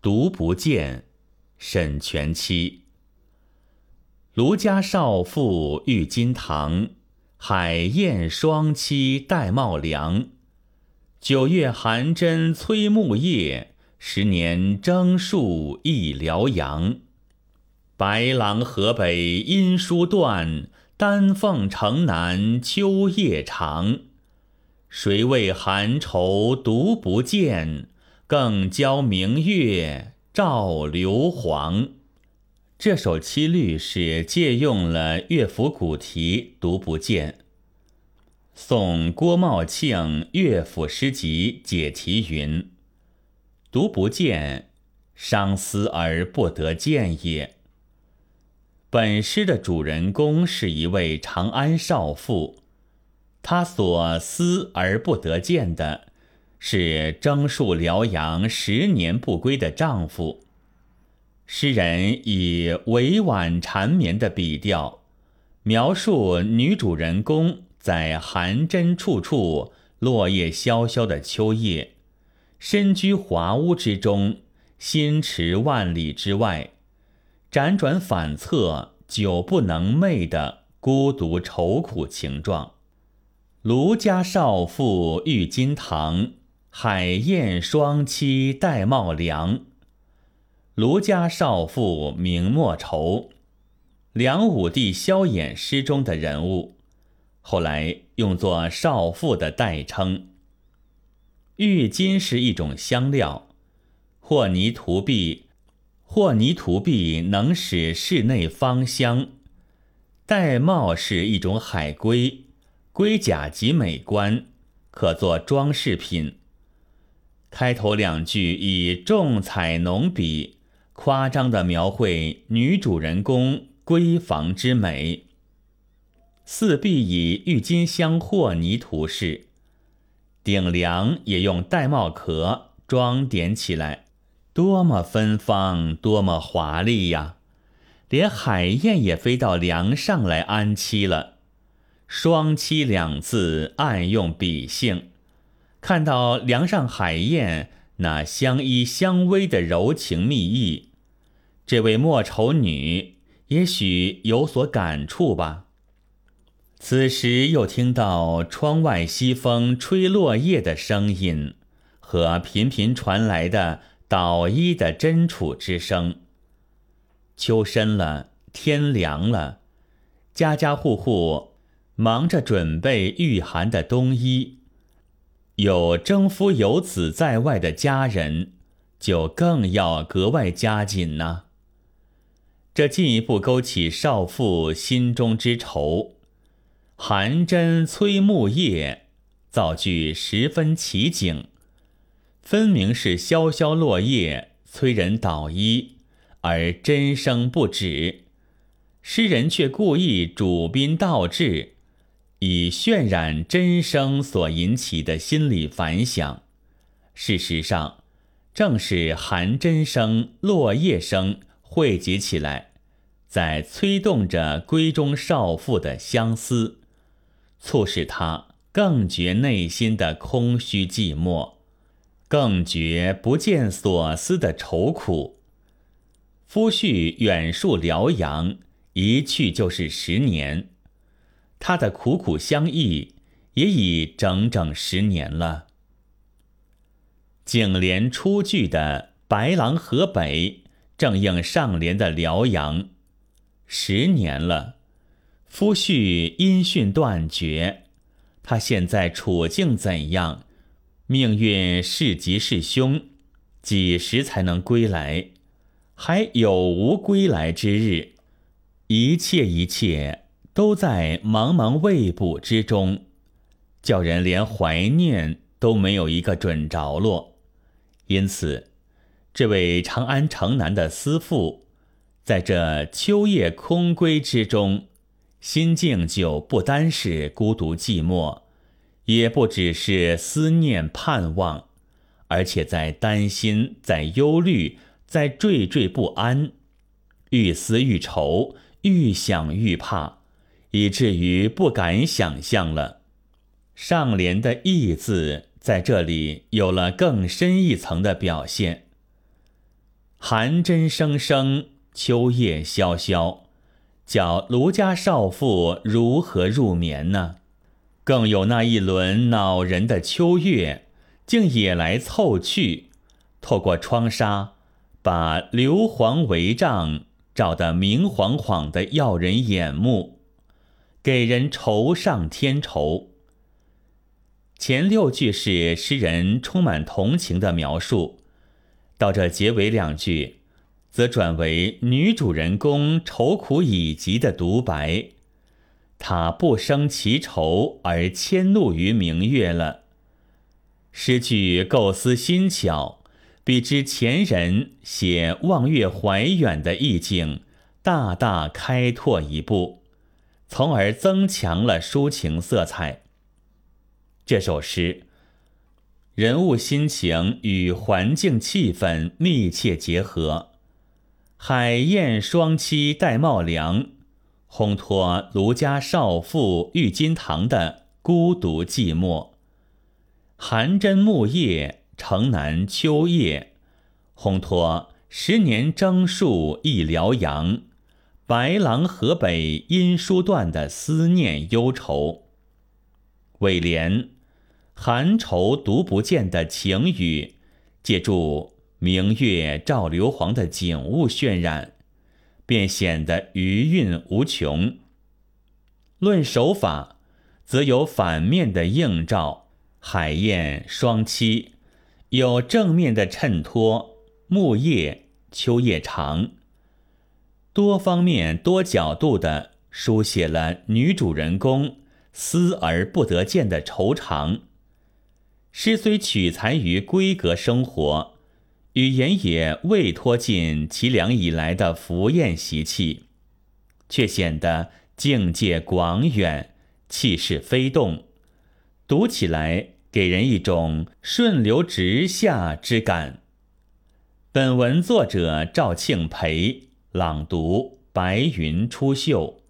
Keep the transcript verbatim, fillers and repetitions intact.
独不见，沈佺期。卢家少妇郁金堂，海燕双栖戴帽梁。九月寒针催木叶，十年征戍忆辽阳。白狼河北音书断，丹凤城南秋夜长。谁为寒愁独不见，更教明月照硫磺。这首七律是借用了乐府古题《独不见》。宋郭茂庆乐府诗集解题云：独不见，伤思而不得见也。本诗的主人公是一位长安少妇，她所思而不得见的是征戍辽阳十年不归的丈夫。诗人以委婉缠绵的笔调，描述女主人公在寒针处处、落叶萧萧的秋夜，身居华屋之中，心驰万里之外，辗转反侧，久不能寐的孤独愁苦情状。卢家少妇郁金堂，海燕双栖戴帽梁。卢家少妇名莫愁，梁武帝萧衍诗中的人物，后来用作少妇的代称。郁金是一种香料，霍尼图壁，霍尼图壁能使室内芳香。玳瑁是一种海龟，龟甲极美观，可作装饰品。开头两句以重彩浓笔，夸张地描绘女主人公闺房之美。四壁以郁金香和泥涂饰，顶梁也用玳瑁壳装点起来，多么芬芳，多么华丽呀！连海燕也飞到梁上来安栖了。双栖两字暗用比兴，看到梁上海燕那相依相偎的柔情蜜意，这位莫愁女也许有所感触吧。此时又听到窗外西风吹落叶的声音，和频频传来的捣衣的针杵之声。秋深了，天凉了，家家户户忙着准备御寒的冬衣，有征夫有子在外的家人，就更要格外加紧呢。这进一步勾起少妇心中之愁。寒针催木叶，造句十分奇景，分明是萧萧落叶催人捣衣，而针声不止，诗人却故意主宾倒置，以渲染针声所引起的心理反响。事实上，正是寒针声、落叶声汇集起来，在催动着闺中少妇的相思，促使她更觉内心的空虚寂寞，更觉不见所思的愁苦。夫婿远戍辽阳，一去就是十年，他的苦苦相忆也已整整十年了。颈联出句的白狼河北，正应上联的辽阳。十年了，夫婿音讯断绝，他现在处境怎样？命运是吉是凶？几时才能归来？还有无归来之日？一切一切都在茫茫未卜之中，叫人连怀念都没有一个准着落。因此，这位长安城南的思妇，在这秋夜空闺之中，心境就不单是孤独寂寞，也不只是思念盼望，而且在担心，在忧虑，在惴惴不安，愈思愈愁，愈想愈怕，以至于不敢想象了。上联的意字在这里有了更深一层的表现。 寒针声声，秋夜萧萧，叫卢家少妇如何入眠呢？更有那一轮恼人的秋月，竟也来凑去，透过窗纱，把硫磺帷帐照得明晃晃的耀人眼目，给人愁上添愁。前六句是诗人充满同情的描述，到这结尾两句，则转为女主人公愁苦已极的独白。他不生其愁而迁怒于明月了。诗句构思新巧，比之前人写望月怀远的意境大大开拓一步，从而增强了抒情色彩。这首诗人物心情与环境气氛密切结合，海燕双栖戴帽梁，烘托卢家少妇郁金堂的孤独寂寞；寒针木叶城南秋夜，烘托十年征戍忆辽阳，白狼河北音书断的思念忧愁。尾联寒愁独不见的情语，借助明月照硫磺的景物渲染，便显得余韵无穷。论手法，则有反面的映照，海燕双栖；有正面的衬托，木叶秋夜长。多方面多角度地书写了女主人公思而不得见的愁肠。诗虽取材于闺阁生活，语言也未脱尽齐梁以来的浮艳习气，却显得境界广远，气势飞动，读起来给人一种顺流直下之感。本文作者赵庆培，朗读白云出岫。